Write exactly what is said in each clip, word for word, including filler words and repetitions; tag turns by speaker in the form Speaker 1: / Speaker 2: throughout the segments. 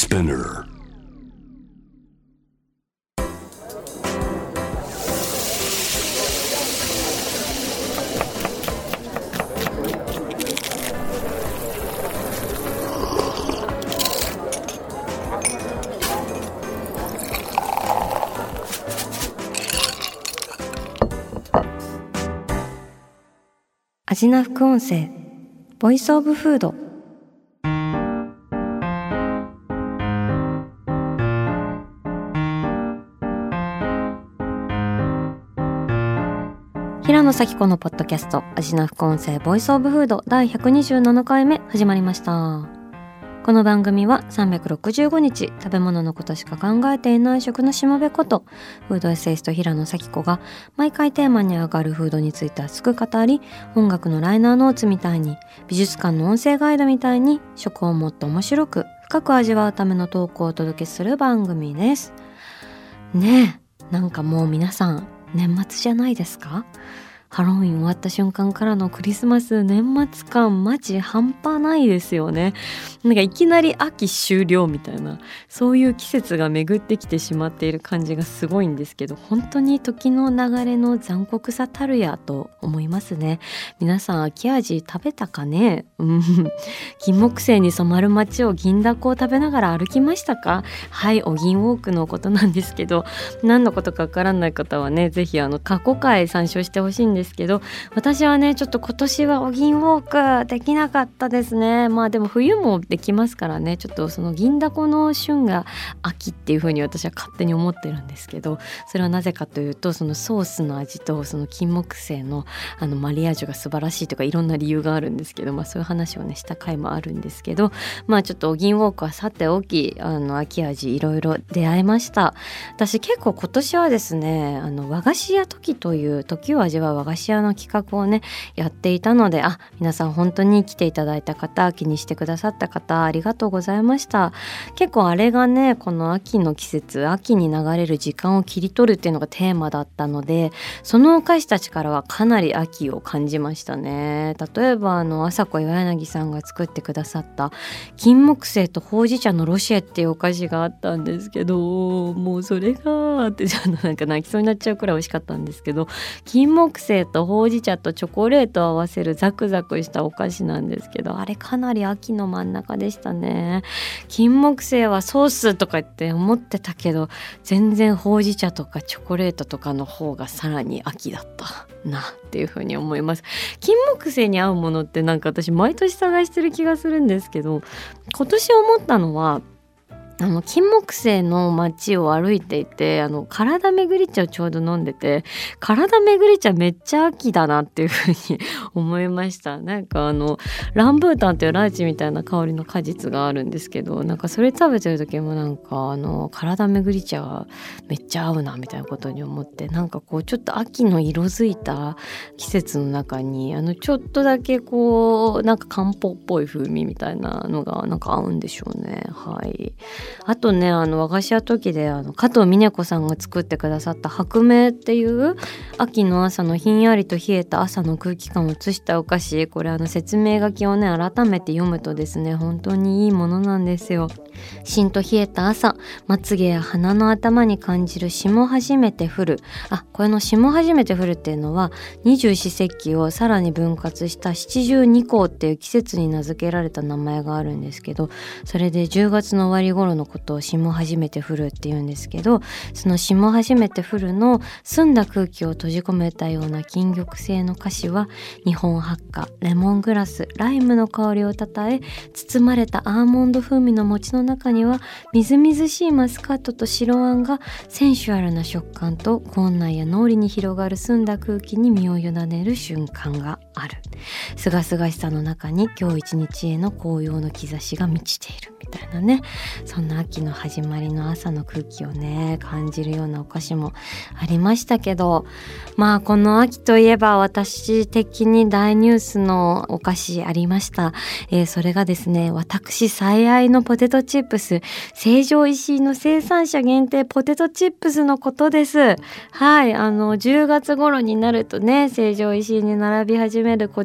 Speaker 1: Spinner。
Speaker 2: アジナ副音声ボイスオブフード。平野咲子のポッドキャストアジナ副音声ボイスオブフードだいひゃくにじゅうななかいめ始まりました。この番組はさんびゃくろくじゅうごにち食べ物のことしか考えていない食のしもべことフードエッセイスト平野咲子が毎回テーマに上がるフードについて熱く語り、音楽のライナーノーツみたいに美術館の音声ガイドみたいに食をもっと面白く深く味わうためのトークをお届けする番組です。ねえ、なんかもう皆さん年末じゃないですか？ハロウィン終わった瞬間からのクリスマス年末感マジ半端ないですよね。なんかいきなり秋終了みたいな、そういう季節が巡ってきてしまっている感じがすごいんですけど、本当に時の流れの残酷さたるやと思いますね。皆さん秋味食べたかね？うん金木犀に染まる街を銀だこを食べながら歩きましたか？はい、お銀ウォークのことなんですけど、何のことかわからない方はね、ぜひあの過去回参照してほしいんですけど、私はねちょっと今年はお銀ウォークできなかったですね。まあでも冬もできますからね、ちょっとその銀だこの旬が秋っていう風に私は勝手に思ってるんですけど、それはなぜかというと、そのソースの味とその金木犀のあのマリアージュが素晴らしいとかいろんな理由があるんですけど、まあそういう話をねした回もあるんですけど、まあちょっとお銀ウォークはさておき、あの秋味いろいろ出会いました。私結構今年はですね、あの和菓子屋時という時を味わう和菓子屋の企画をねやっていたので、あ、皆さん本当に来ていただいた方、気にしてくださった方ありがとうございました。結構あれがね、この秋の季節、秋に流れる時間を切り取るっていうのがテーマだったので、そのお菓子たちからはかなり秋を感じましたね。例えばあの朝子岩柳さんが作ってくださった金木犀とほうじ茶のロシェっていうお菓子があったんですけど、もうそれがってちょっとなんか泣きそうになっちゃうくらい美味しかったんですけど、金木犀とほうじ茶とチョコレートを合わせるザクザクしたお菓子なんですけど、あれかなり秋の真ん中でしたね。金木犀はソースとかって思ってたけど、全然ほうじ茶とかチョコレートとかの方がさらに秋だったなっていうふうに思います。金木犀に合うものってなんか私毎年探してる気がするんですけど、今年思ったのはあの金木犀の街を歩いていて、あの体巡り茶をちょうど飲んでて、体巡り茶めっちゃ秋だなっていうふうに思いました。なんかあのランブータンっていうライチみたいな香りの果実があるんですけど、なんかそれ食べてる時もなんかあの体巡り茶がめっちゃ合うなみたいなことに思って、なんかこうちょっと秋の色づいた季節の中にあのちょっとだけこうなんか漢方っぽい風味みたいなのがなんか合うんでしょうね。はい。あとね、あの和菓子屋時であの加藤峰子さんが作ってくださった白明っていう秋の朝のひんやりと冷えた朝の空気感を映したお菓子、これあの説明書きをね改めて読むとですね、本当にいいものなんですよ。しんと冷えた朝、まつげや鼻の頭に感じる霜初めて降る。あ、これの霜初めて降るっていうのは二十四節気をさらに分割した七十二候っていう季節に名付けられた名前があるんですけど、それでじゅうがつの終わり頃のことを霜初めて降るっていうんですけど、その霜初めて降るの澄んだ空気を閉じ込めたような金玉製の菓子は、日本ハッカ、レモングラス、ライムの香りをたたえ、包まれたアーモンド風味の餅の中にはみずみずしいマスカットと白あんがセンシュアルな食感と口内や脳裏に広がる澄んだ空気に身を委ねる瞬間がある。すがすがしさの中に今日一日への紅葉の兆しが満ちているみたいなね、そんな秋の始まりの朝の空気をね感じるようなお菓子もありましたけど、まあこの秋といえば私的に大ニュースのお菓子ありました。えー、それがですね、私最愛のポテトチップス、成城石井の生産者限定ポテトチップスのことです。はい、あのじゅうがつ頃になるとね、成城石井に並び始めるこ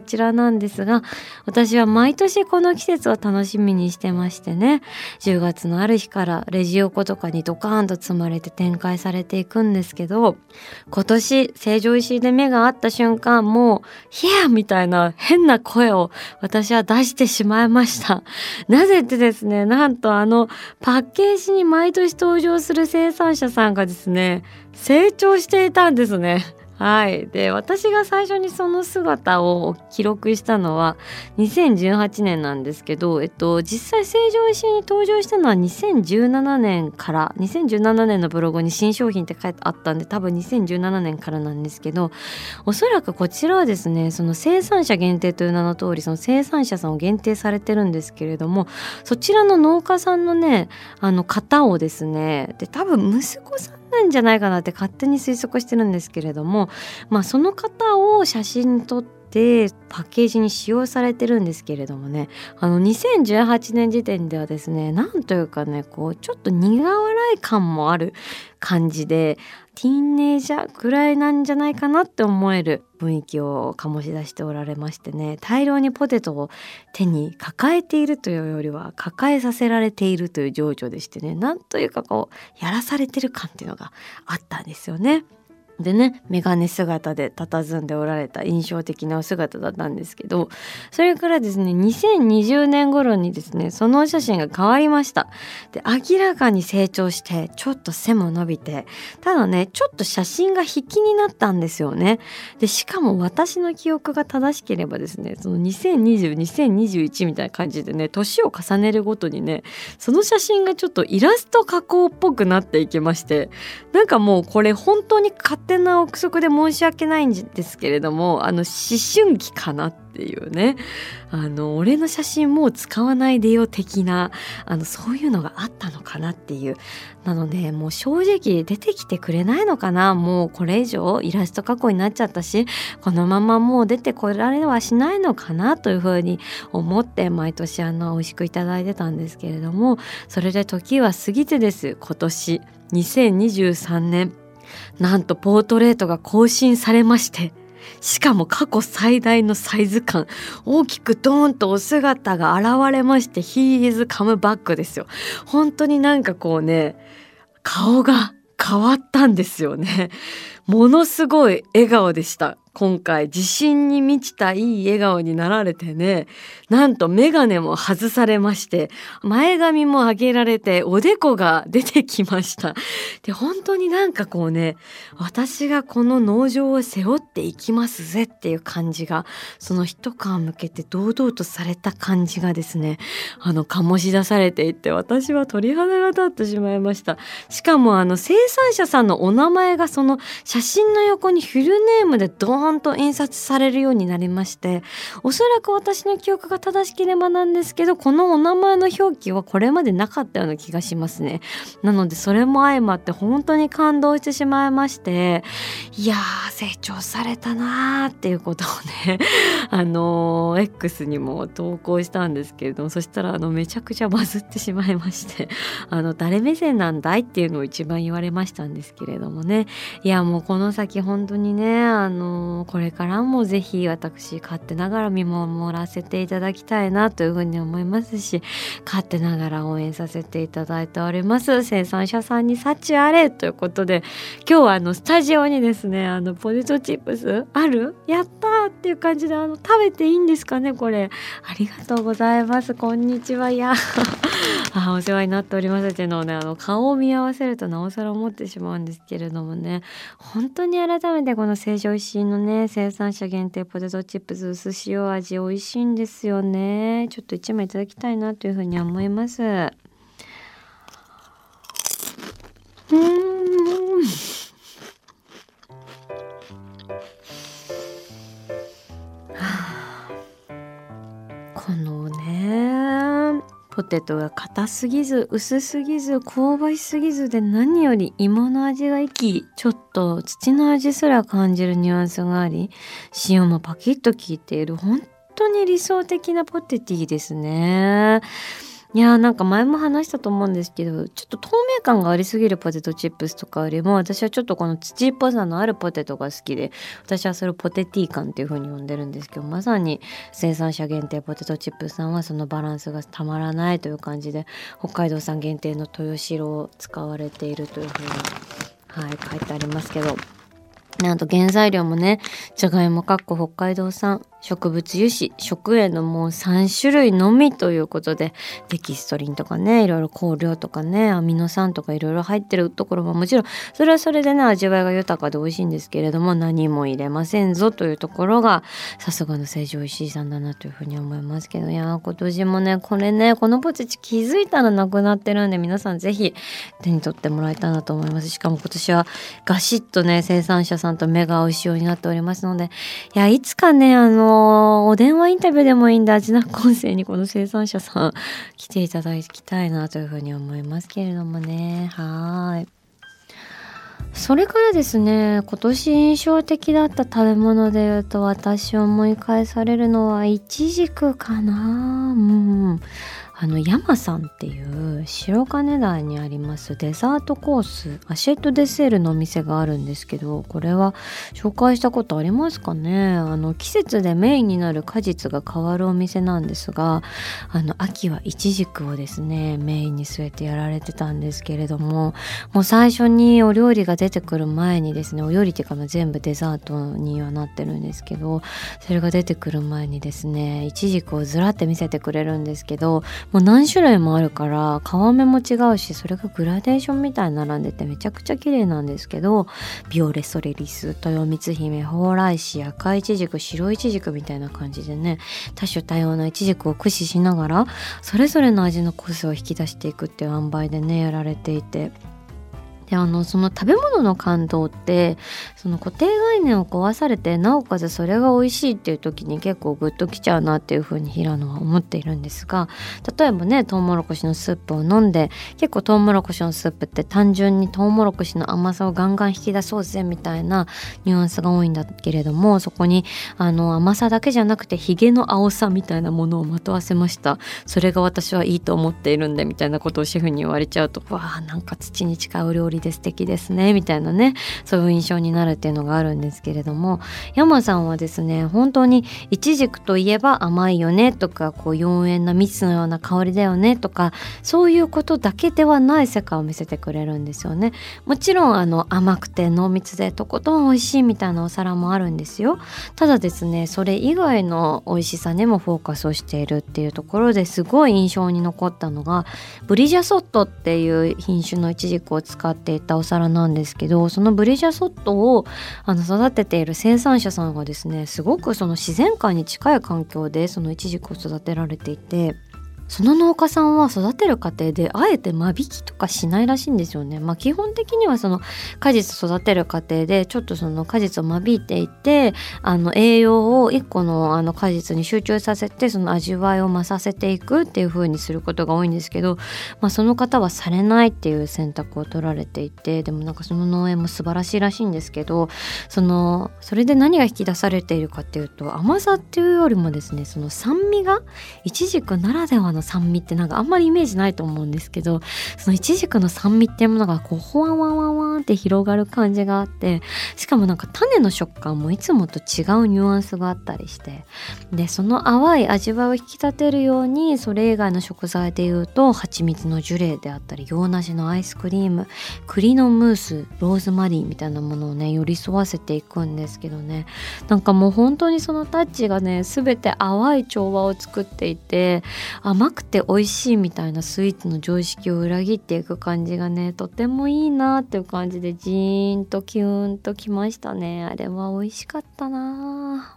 Speaker 2: ちらなんですが、私は毎年この季節を楽しみにしてましてね、じゅうがつのある日からレジ横とかにドカーンと積まれて展開されていくんですけど、今年成城石井で目が合った瞬間、もうヒヤーみたいな変な声を私は出してしまいました。なぜってですね、なんとあのパッケージに毎年登場する生産者さんがですね、成長していたんですね。はい。で、私が最初にその姿を記録したのはにせんじゅうはちねんなんですけど、えっと、実際成城石井に登場したのはにせんじゅうななねんから、にせんじゅうななねんのブログに新商品って書いてあったんで、多分にせんじゅうななねんからなんですけど、おそらくこちらはですね、その生産者限定という名の通り、その生産者さんを限定されてるんですけれども、そちらの農家さんのね、あの方をですね、で多分息子さんなんじゃないかなって勝手に推測してるんですけれども、まあ、その方を写真に撮ってパッケージに使用されてるんですけれどもね、あのにせんじゅうはちねん時点ではですね、なんというかね、こうちょっと苦笑い感もある感じで、ティーンエイジャーくらいなんじゃないかなって思える雰囲気を醸し出しておられましてね、大量にポテトを手に抱えているというよりは抱えさせられているという情緒でしてね、なんというかこうやらされてる感っていうのがあったんですよね。でね、メガネ姿で佇んでおられた印象的なお姿だったんですけど、それからですね、にせんにじゅうねん頃にですね、そのお写真が変わりました。で、明らかに成長してちょっと背も伸びて、ただね、ちょっと写真が引きになったんですよね。で、しかも私の記憶が正しければですね、そのにせんにじゅう、にせんにじゅういちみたいな感じでね、年を重ねるごとにね、その写真がちょっとイラスト加工っぽくなっていきまして、なんかもうこれ本当に勝手な憶測で申し訳ないんですけれども、あの思春期かなっていうね、あの俺の写真もう使わないでよ的な、あのそういうのがあったのかなっていう。なのでもう正直出てきてくれないのかな、もうこれ以上イラスト加工になっちゃったし、このままもう出てこられはしないのかなというふうに思って毎年あの美味しくいただいてたんですけれども、それで時は過ぎてです、今年にせんにじゅうさんねん、なんとポートレートが更新されまして、しかも過去最大のサイズ感、大きくドーンとお姿が現れまして、He is come backですよ。本当になんかこうね、顔が変わったんですよね。ものすごい笑顔でした。今回自信に満ちたいい笑顔になられてね、なんとメガネも外されまして、前髪も上げられて、おでこが出てきました。で、本当になんかこうね、私がこの農場を背負っていきますぜっていう感じが、その一皮向けて堂々とされた感じがですね、あの醸し出されていって、私は鳥肌が立ってしまいました。しかもあの生産者さんのお名前がその写真の横にフルネームでドーンと印刷されるようになりまして、おそらく私の記憶が正しければなんですけど、このお名前の表記はこれまでなかったような気がしますね。なのでそれも相まって本当に感動してしまいまして、いやー成長されたなーっていうことをねあのー、X にも投稿したんですけれども、そしたらあのめちゃくちゃバズってしまいまして、あの誰目線なんだいっていうのを一番言われましたんですけれどもね。いやもうこの先本当にね、あのー、これからもぜひ私勝手ながら見守らせていただきたいなというふうに思いますし、勝手ながら応援させていただいております生産者さんに幸あれということで、今日はあのスタジオにですね、あのポテトチップスある？やったーっていう感じで、あの食べていいんですかね、これ。ありがとうございます。こんにちは。いやあ、お世話になっておりますっていうのをね、あの顔を見合わせるとなおさら思ってしまうんですけれどもね、本当に改めてこの成城石井のね、生産者限定ポテトチップス薄塩味美味しいんですよね。ちょっと一枚いただきたいなというふうに思います。うーんこのね、ポテトが硬すぎず薄すぎず香ばしすぎずで、何より芋の味が生き、ちょっと土の味すら感じるニュアンスがあり、塩もパキッと効いている本当に理想的なポテティですね。 いやーなんか前も話したと思うんですけど、ちょっと透明感がありすぎるポテトチップスとかよりも、私はちょっとこの土っぽさのあるポテトが好きで、私はそれをポテティ感っていう風に呼んでるんですけど、まさに生産者限定ポテトチップスさんはそのバランスがたまらないという感じで、北海道産限定の豊白を使われているという風に、はい、書いてありますけど、なんと原材料もね、じゃがいもかっこ北海道産、植物油脂、食塩のもうさん種類のみということで、デキストリンとかね、いろいろ香料とかね、アミノ酸とかいろいろ入ってるところももちろんそれはそれでね、味わいが豊かで美味しいんですけれども、何も入れませんぞというところがさすがの成城石井さんだなというふうに思いますけど、いや今年もね、これね、このポテチ気づいたらなくなってるんで、皆さんぜひ手に取ってもらいたいなと思います。しかも今年はガシッとね、生産者さんと目が合う仕様になっておりますので、いやいつかね、あのお電話インタビューでもいいんで、味なく音声にこの生産者さん来ていただきたいなというふうに思いますけれどもね。はい。それからですね、今年印象的だった食べ物でいうと、私思い返されるのはイチジクかな。うん。あの山さんっていう白金台にありますデザートコース、アシェットデセールのお店があるんですけど、これは紹介したことありますかね。あの季節でメインになる果実が変わるお店なんですが、あの秋はイチジクをですねメインに据えてやられてたんですけれども、もう最初にお料理が出てくる前にですね、お料理っていうかまあ全部デザートにはなってるんですけど、それが出てくる前にですね、イチジクをずらって見せてくれるんですけど、もう何種類もあるから皮目も違うし、それがグラデーションみたいに並んでてめちゃくちゃ綺麗なんですけど、ビオレソレリス、豊光姫、蓬莱柿、赤いちじく、白いちじくみたいな感じでね、多種多様なイチジクを駆使しながらそれぞれの味の個性を引き出していくっていう塩梅でねやられていて、であのその食べ物の感動ってその固定概念を壊されて、なおかつそれが美味しいっていう時に結構グッときちゃうなっていう風に平野は思っているんですが、例えばねトウモロコシのスープを飲んで、結構トウモロコシのスープって単純にトウモロコシの甘さをガンガン引き出そうぜみたいなニュアンスが多いんだけれども、そこにあの甘さだけじゃなくてヒゲの青さみたいなものをまとわせました。それが私はいいと思っているんでみたいなことをシェフに言われちゃうと、わあなんか土に近いお料理で素敵ですねみたいなね、そういう印象になるっていうのがあるんですけれども、山さんはですね本当にイチジクといえば甘いよねとか、こう妖艶な蜜のような香りだよねとか、そういうことだけではない世界を見せてくれるんですよね。もちろんあの甘くて濃密でとことん美味しいみたいなお皿もあるんですよ。ただですね、それ以外の美味しさにもフォーカスをしているっていうところですごい印象に残ったのが、ブリジャソットっていう品種のイチジクを使っていたお皿なんですけど、そのブリジャソットをあの育てている生産者さんがですね、すごくその自然界に近い環境でそのイチジクを育てられていて、その農家さんは育てる過程であえて間引きとかしないらしいんですよね。まあ基本的にはその果実育てる過程でちょっとその果実を間引いていて、あの栄養を一個のあの果実に集中させてその味わいを増させていくっていう風にすることが多いんですけど、まあその方はされないっていう選択を取られていて、でもなんかその農園も素晴らしいらしいんですけど、そのそれで何が引き出されているかっていうと、甘さっていうよりもですね、その酸味がイチジクならではの酸味ってなんかあんまりイメージないと思うんですけど、そのイチジクの酸味っていうものがこうほわわわわって広がる感じがあって、しかもなんか種の食感もいつもと違うニュアンスがあったりして、でその淡い味わいを引き立てるように、それ以外の食材でいうと蜂蜜のジュレであったり、洋梨のアイスクリーム、栗のムース、ローズマリーみたいなものをね寄り添わせていくんですけどね、なんかもう本当にそのタッチがね全て淡い調和を作っていて、甘くて美味しいみたいなスイーツの常識を裏切っていく感じがねとてもいいなっていう感じで、ジーンとキューンときましたね。あれは美味しかったな。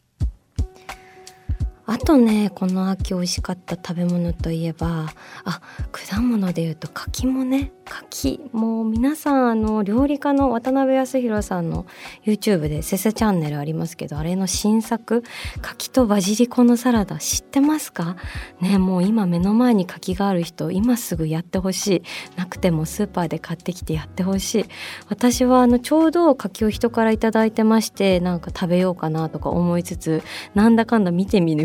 Speaker 2: あとね、この秋美味しかった食べ物といえば、あ、果物でいうと柿もね、柿もう皆さんあの料理家の渡辺康弘さんの YouTube でせせチャンネルありますけど、あれの新作柿とバジリコのサラダ知ってますかね。もう今目の前に柿がある人、今すぐやってほしい。なくてもスーパーで買ってきてやってほしい。私はあのちょうど柿を人からいただいてまして、なんか食べようかなとか思いつつ、なんだかんだ見て見ぬふ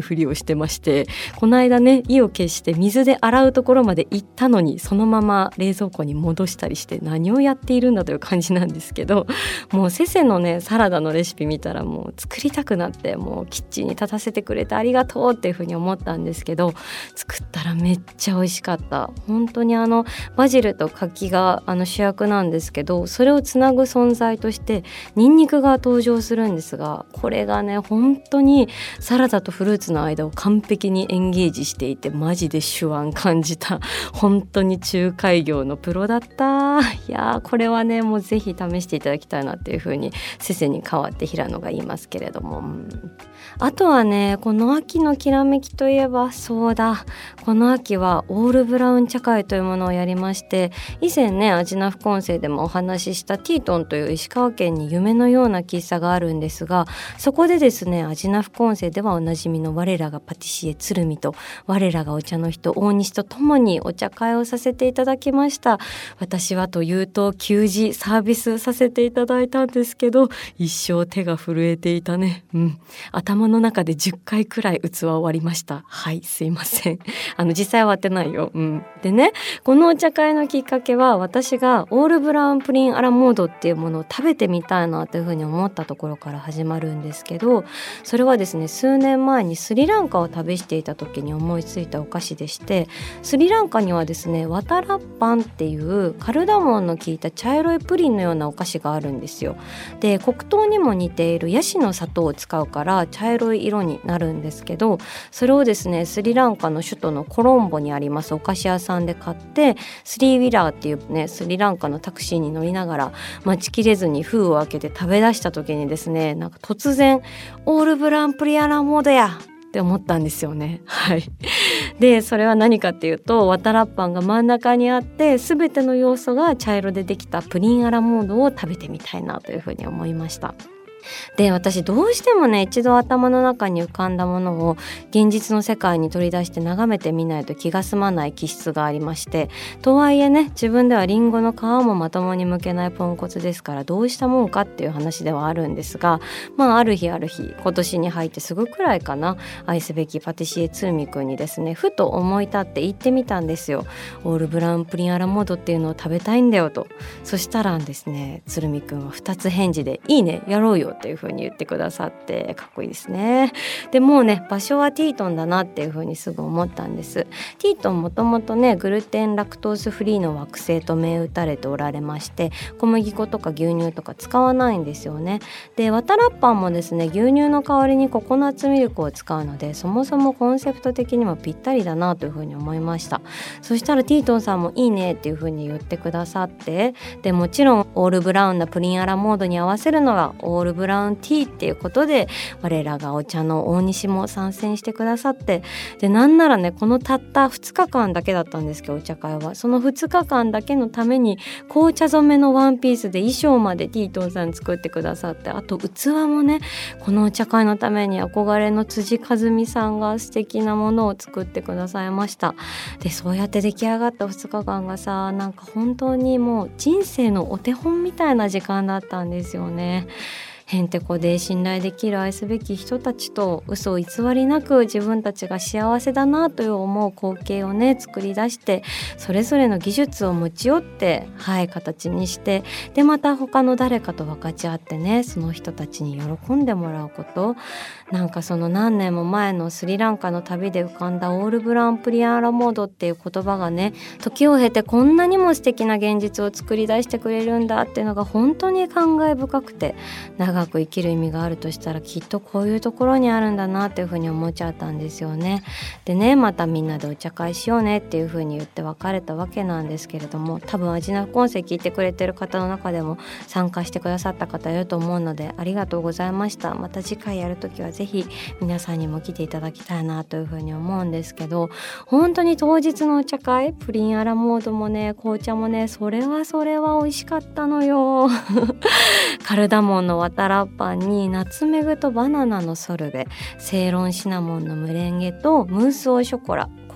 Speaker 2: ふりをしてまして、この間ね意を決して水で洗うところまで行ったのにそのまま冷蔵庫に戻したりして何をやっているんだという感じなんですけど、もうせせのねサラダのレシピ見たらもう作りたくなって、もうキッチンに立たせてくれてありがとうっていうふうに思ったんですけど、作ったらめっちゃ美味しかった。本当にあのバジルと柿があの主役なんですけど、それをつなぐ存在としてニンニクが登場するんですが、これがね本当にサラダとフルーツの間を完璧にエンゲージしていて、マジで手腕感じた。本当に仲介業のプロだった。いやーこれはねもうぜひ試していただきたいなっていう風にせせに代わって平野が言いますけれども、うん、あとはねこの秋のきらめきといえば、そうだ、この秋はオールブラウン茶会というものをやりまして、以前ねアジナ副音声でもお話ししたティートンという石川県に夢のような喫茶があるんですが、そこでですねアジナ副音声ではおなじみの我らがパティシエ鶴見と我らがお茶の人大西とともにお茶会をさせていただきました。私はというと給仕サービスさせていただいたんですけど、一生手が震えていたね。うん、頭の中でじゅっかいくらい器を割りました。はい、すいません。あの実際は割ってないよ。うん、でねこのお茶会のきっかけは、私がオールブラウンプリンアラモードっていうものを食べてみたいなというふうに思ったところから始まるんですけど、それはですね数年前にスリランカを旅していた時に思いついたお菓子でして、スリランカにはですねワタラッパンっていうカルダモンの効いた茶色いプリンのようなお菓子があるんですよ。で黒糖にも似ているヤシの砂糖を使うから茶色い色になるんですけど、それをですねスリランカの首都のコロンボにありますお菓子屋さんで買って、スリーウィラーっていうねスリランカのタクシーに乗りながら待ちきれずに封を開けて食べ出した時にですね、なんか突然オールブラウンプリンアラモードやって思ったんですよね。はい。でそれは何かっていうと、ワタラッパンが真ん中にあって全ての要素が茶色でできたプリンアラモードを食べてみたいなというふうに思いました。で私どうしてもね一度頭の中に浮かんだものを現実の世界に取り出して眺めてみないと気が済まない気質がありまして、とはいえね自分ではリンゴの皮もまともに剥けないポンコツですから、どうしたもんかっていう話ではあるんですが、まあある日ある日今年に入ってすぐくらいかな、愛すべきパティシエ鶴見くんにですねふと思い立って言ってみたんですよ。オールブラウンプリンアラモードっていうのを食べたいんだよと。そしたらですね鶴見くんはふたつ返事でいいねやろうよっていう風に言ってくださって、かっこいいですね。でもうね場所はティートンだなっていう風にすぐ思ったんです。ティートンもともとねグルテンラクトースフリーの惑星と銘打たれておられまして、小麦粉とか牛乳とか使わないんですよね。でワタラッパンもですね牛乳の代わりにココナッツミルクを使うので、そもそもコンセプト的にもぴったりだなという風に思いました。そしたらティートンさんもいいねっていう風に言ってくださって、でもちろんオールブラウンなプリンアラモードに合わせるのがオールブラウンティーっていうことで、我らがお茶の大西も参戦してくださって、でなんならねこのたったふつかかんだけだったんですけど、お茶会はそのふつかかんだけのために紅茶染めのワンピースで衣装までティートンさん作ってくださって、あと器もねこのお茶会のために憧れの辻和美さんが素敵なものを作ってくださいました。でそうやって出来上がったふつかかんがさ、なんか本当にもう人生のお手本みたいな時間だったんですよね。へんてこで信頼できる愛すべき人たちと嘘を偽りなく自分たちが幸せだなという思う光景をね作り出して、それぞれの技術を持ち寄ってはい形にして、でまた他の誰かと分かち合ってねその人たちに喜んでもらうこと、なんかその何年も前のスリランカの旅で浮かんだオールブラウンプリンアラモードっていう言葉がね時を経てこんなにも素敵な現実を作り出してくれるんだっていうのが本当に感慨深くて、長く生きる意味があるとしたらきっとこういうところにあるんだなっていうふうに思っちゃったんですよね。でねまたみんなでお茶会しようねっていうふうに言って別れたわけなんですけれども、多分アジナ副音声聞いてくれてる方の中でも参加してくださった方いると思うのでありがとうございました。また次回やるときはぜひ皆さんにも来ていただきたいなというふうに思うんですけど、本当に当日のお茶会プリンアラモードもね紅茶もねそれはそれは美味しかったのよカルダモンのワタラッパンにナツメグとバナナのソルベ、セイロンシナモンのメレンゲとムースオーショコラ、コ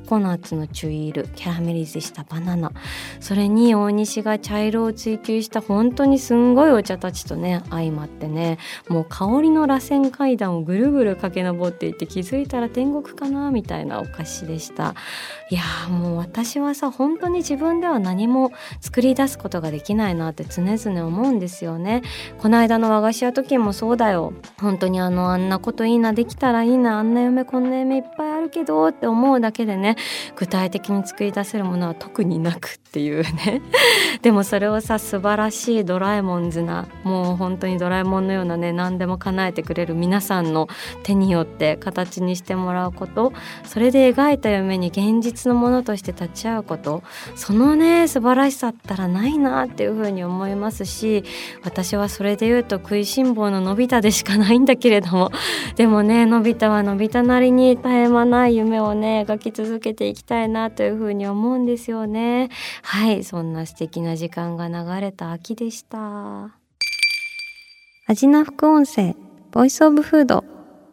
Speaker 2: コナッツのチュイール、キャラメリゼしたバナナ、それに大西が茶色を追求した本当にすんごいお茶たちとね相まってね、もう香りの螺旋階段をぐるぐる駆け上っていって、気づいたら天国かなみたいなお菓子でした。いやーもう私はさ、本当に自分では何も作り出すことができないなって常々思うんですよね。この間の和菓子屋時もそうだよ。本当にあのあんなこといいな、できたらいいな、あんな夢こんな夢いっぱいあるけどって思うだけでね、具体的に作り出せるものは特になくっていうねでもそれをさ、素晴らしいドラえもんズな、もう本当にドラえもんのようなね、何でも叶えてくれる皆さんの手によって形にしてもらうこと、それで描いた夢に現実のものとして立ち会うこと、そのね素晴らしさったらないなっていうふうに思いますし、私はそれで言うと食いしん坊ののび太でしかないんだけれども、でもねのび太はのび太なりに絶え間ない夢をね描き続けていきたいなというふうに思うんですよね。はい、そんな素敵な時間が流れた秋でした。アジナ副音声ボイスオブフード。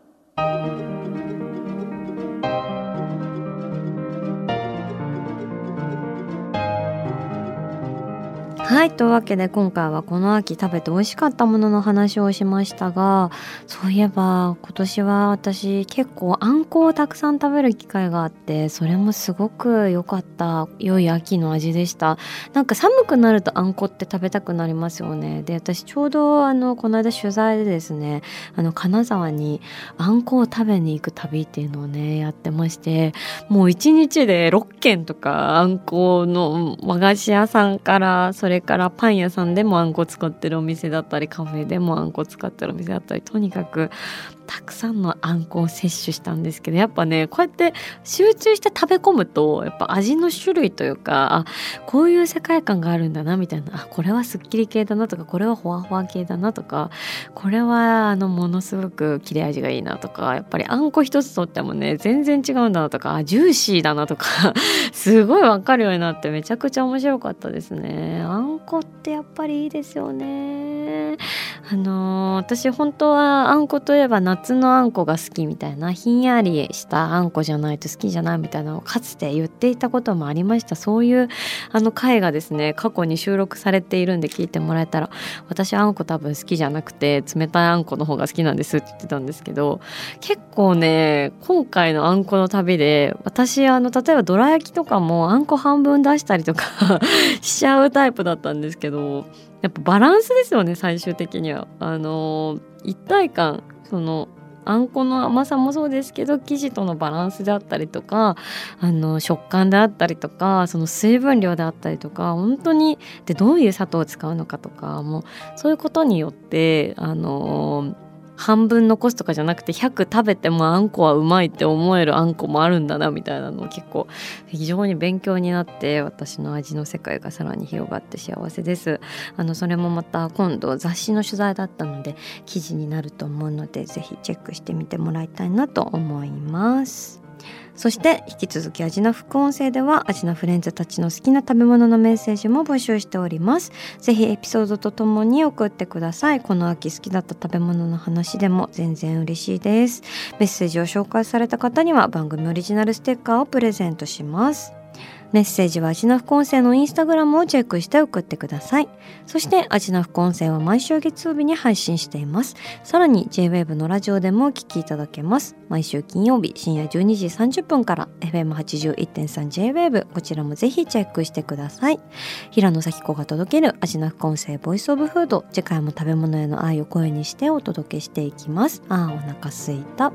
Speaker 2: はい、というわけで今回はこの秋食べて美味しかったものの話をしましたが、そういえば今年は私結構あんこをたくさん食べる機会があって、それもすごく良かった良い秋の味でした。なんか寒くなるとあんこって食べたくなりますよね。で、私ちょうどあのこの間取材でですね、あの金沢にあんこを食べに行く旅っていうのをねやってまして、もう一日でろっけんとかあんこの和菓子屋さんから、それからパン屋さんでもあんこ使ってるお店だったり、カフェでもあんこ使ってるお店だったり、とにかくたくさんのあんこを摂取したんですけど、やっぱねこうやって集中して食べ込むとやっぱ味の種類というか、あこういう世界観があるんだなみたいな、あこれはすっきり系だなとか、これはほわほわ系だなとか、これはあのものすごく切れ味がいいなとか、やっぱりあんこ一つとってもね全然違うんだなとか、あジューシーだなとかすごいわかるようになって、めちゃくちゃ面白かったですね。あんこってやっぱりいいですよね。あのー、私本当はあんこといえば夏のあんこが好きみたいな、ひんやりしたあんこじゃないと好きじゃないみたいなのをかつて言っていたこともありました。そういうあの回がですね過去に収録されているんで聞いてもらえたら、私あんこ多分好きじゃなくて冷たいあんこの方が好きなんですって言ってたんですけど、結構ね今回のあんこの旅で私あの例えばどら焼きとかもあんこ半分出したりとかしちゃうタイプだったんですけど、やっぱバランスですよね。最終的にはあの一体感、そのあんこの甘さもそうですけど、生地とのバランスであったりとか、あの食感であったりとか、その水分量であったりとか、本当にでどういう砂糖を使うのかとか、もうそういうことによってあの半分残すとかじゃなくてひゃく食べてもあんこはうまいって思えるあんこもあるんだなみたいなのを結構非常に勉強になって、私の味の世界がさらに広がって幸せです。あのそれもまた今度雑誌の取材だったので記事になると思うので、ぜひチェックしてみてもらいたいなと思います。そして引き続きアジナ副音声ではアジナフレンズたちの好きな食べ物のメッセージも募集しております。ぜひエピソードとともに送ってください。この秋好きだった食べ物の話でも全然嬉しいです。メッセージを紹介された方には番組オリジナルステッカーをプレゼントします。メッセージはアジナ副音声のインスタグラムをチェックして送ってください。そしてアジナ副音声は毎週月曜日に配信しています。さらに ジェイウェーブ のラジオでもお聞きいただけます。毎週金曜日深夜じゅうにじさんじゅっぷんから エフエムはちじゅういってんさん ジェイウェーブ、 こちらもぜひチェックしてください。平野咲子が届けるアジナ副音声ボイスオブフード、次回も食べ物への愛を声にしてお届けしていきます。あーお腹すいた。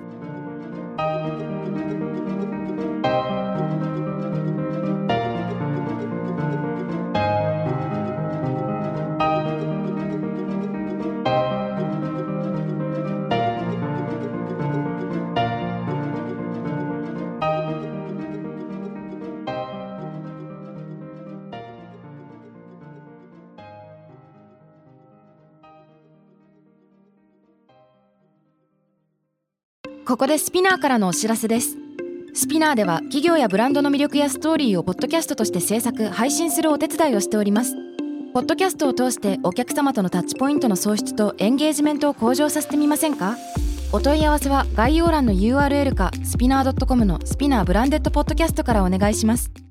Speaker 1: ここでスピナーからのお知らせです。スピナーでは企業やブランドの魅力やストーリーをポッドキャストとして制作・配信するお手伝いをしております。ポッドキャストを通してお客様とのタッチポイントの創出とエンゲージメントを向上させてみませんか？ お問い合わせは概要欄の ユーアールエル かスピナー ドットコム のスピナーブランデッドポッドキャストからお願いします。